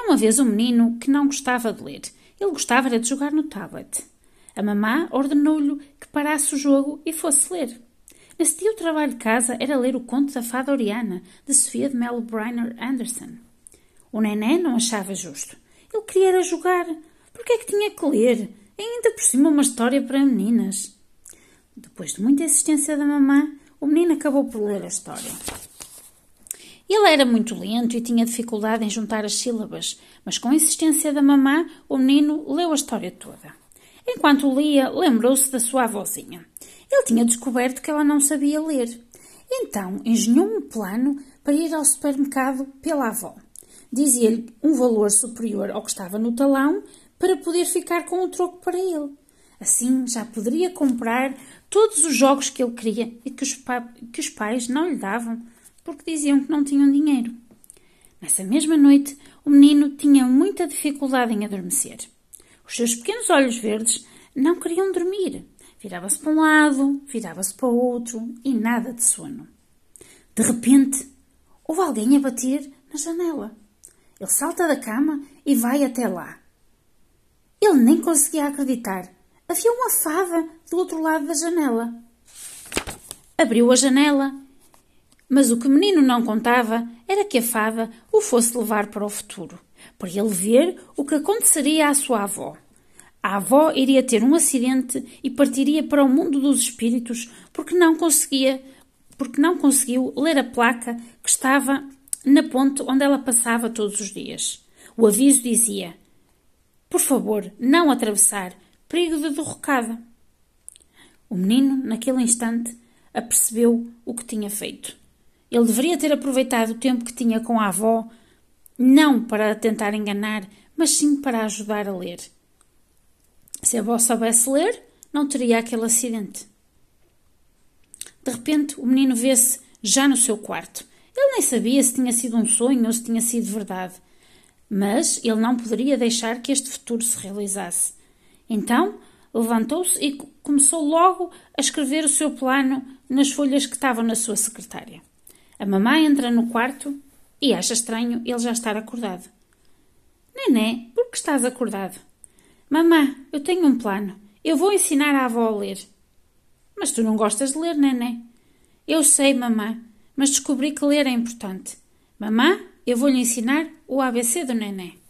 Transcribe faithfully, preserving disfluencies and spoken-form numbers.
uma vez um menino que não gostava de ler. Ele gostava era de jogar no tablet. A mamã ordenou-lhe que parasse o jogo e fosse ler. Nesse dia o trabalho de casa era ler o conto da Fada Oriana, de Sofia de Mello Briner Anderson. O nené não achava justo. Ele queria era jogar. Por que é que tinha que ler? E ainda por cima uma história para meninas. Depois de muita insistência da mamã, o menino acabou por ler a história. Ele era muito lento e tinha dificuldade em juntar as sílabas, mas com a insistência da mamã, o menino leu a história toda. Enquanto lia, lembrou-se da sua avózinha. Ele tinha descoberto que ela não sabia ler. Então, engenhou um plano para ir ao supermercado pela avó. Dizia-lhe um valor superior ao que estava no talão para poder ficar com o troco para ele. Assim, já poderia comprar todos os jogos que ele queria e que os, pa- que os pais não lhe davam, porque diziam que não tinham dinheiro. Nessa mesma noite, o menino tinha muita dificuldade em adormecer. Os seus pequenos olhos verdes não queriam dormir. Virava-se para um lado, virava-se para o outro e nada de sono. De repente, houve alguém a bater na janela. Ele salta da cama e vai até lá. Ele nem conseguia acreditar. Havia uma fada do outro lado da janela. Abriu a janela, mas o que o menino não contava era que a fada o fosse levar para o futuro, para ele ver o que aconteceria à sua avó. A avó iria ter um acidente e partiria para o mundo dos espíritos porque não conseguia, porque não conseguiu ler a placa que estava na ponte onde ela passava todos os dias. O aviso dizia: por favor, não atravessar, perigo de derrocada. O menino, naquele instante, apercebeu o que tinha feito. Ele deveria ter aproveitado o tempo que tinha com a avó, não para a tentar enganar, mas sim para a ajudar a ler. Se a avó soubesse ler, não teria aquele acidente. De repente, o menino vê-se já no seu quarto. Ele nem sabia se tinha sido um sonho ou se tinha sido verdade. Mas ele não poderia deixar que este futuro se realizasse. Então, levantou-se e começou logo a escrever o seu plano nas folhas que estavam na sua secretária. A mamãe entra no quarto e acha estranho ele já estar acordado. Nené, por que estás acordado? Mamã, eu tenho um plano. Eu vou ensinar a avó a ler. Mas tu não gostas de ler, Nené. Eu sei, mamã, mas descobri que ler é importante. Mamã, eu vou-lhe ensinar o A B C do Nené.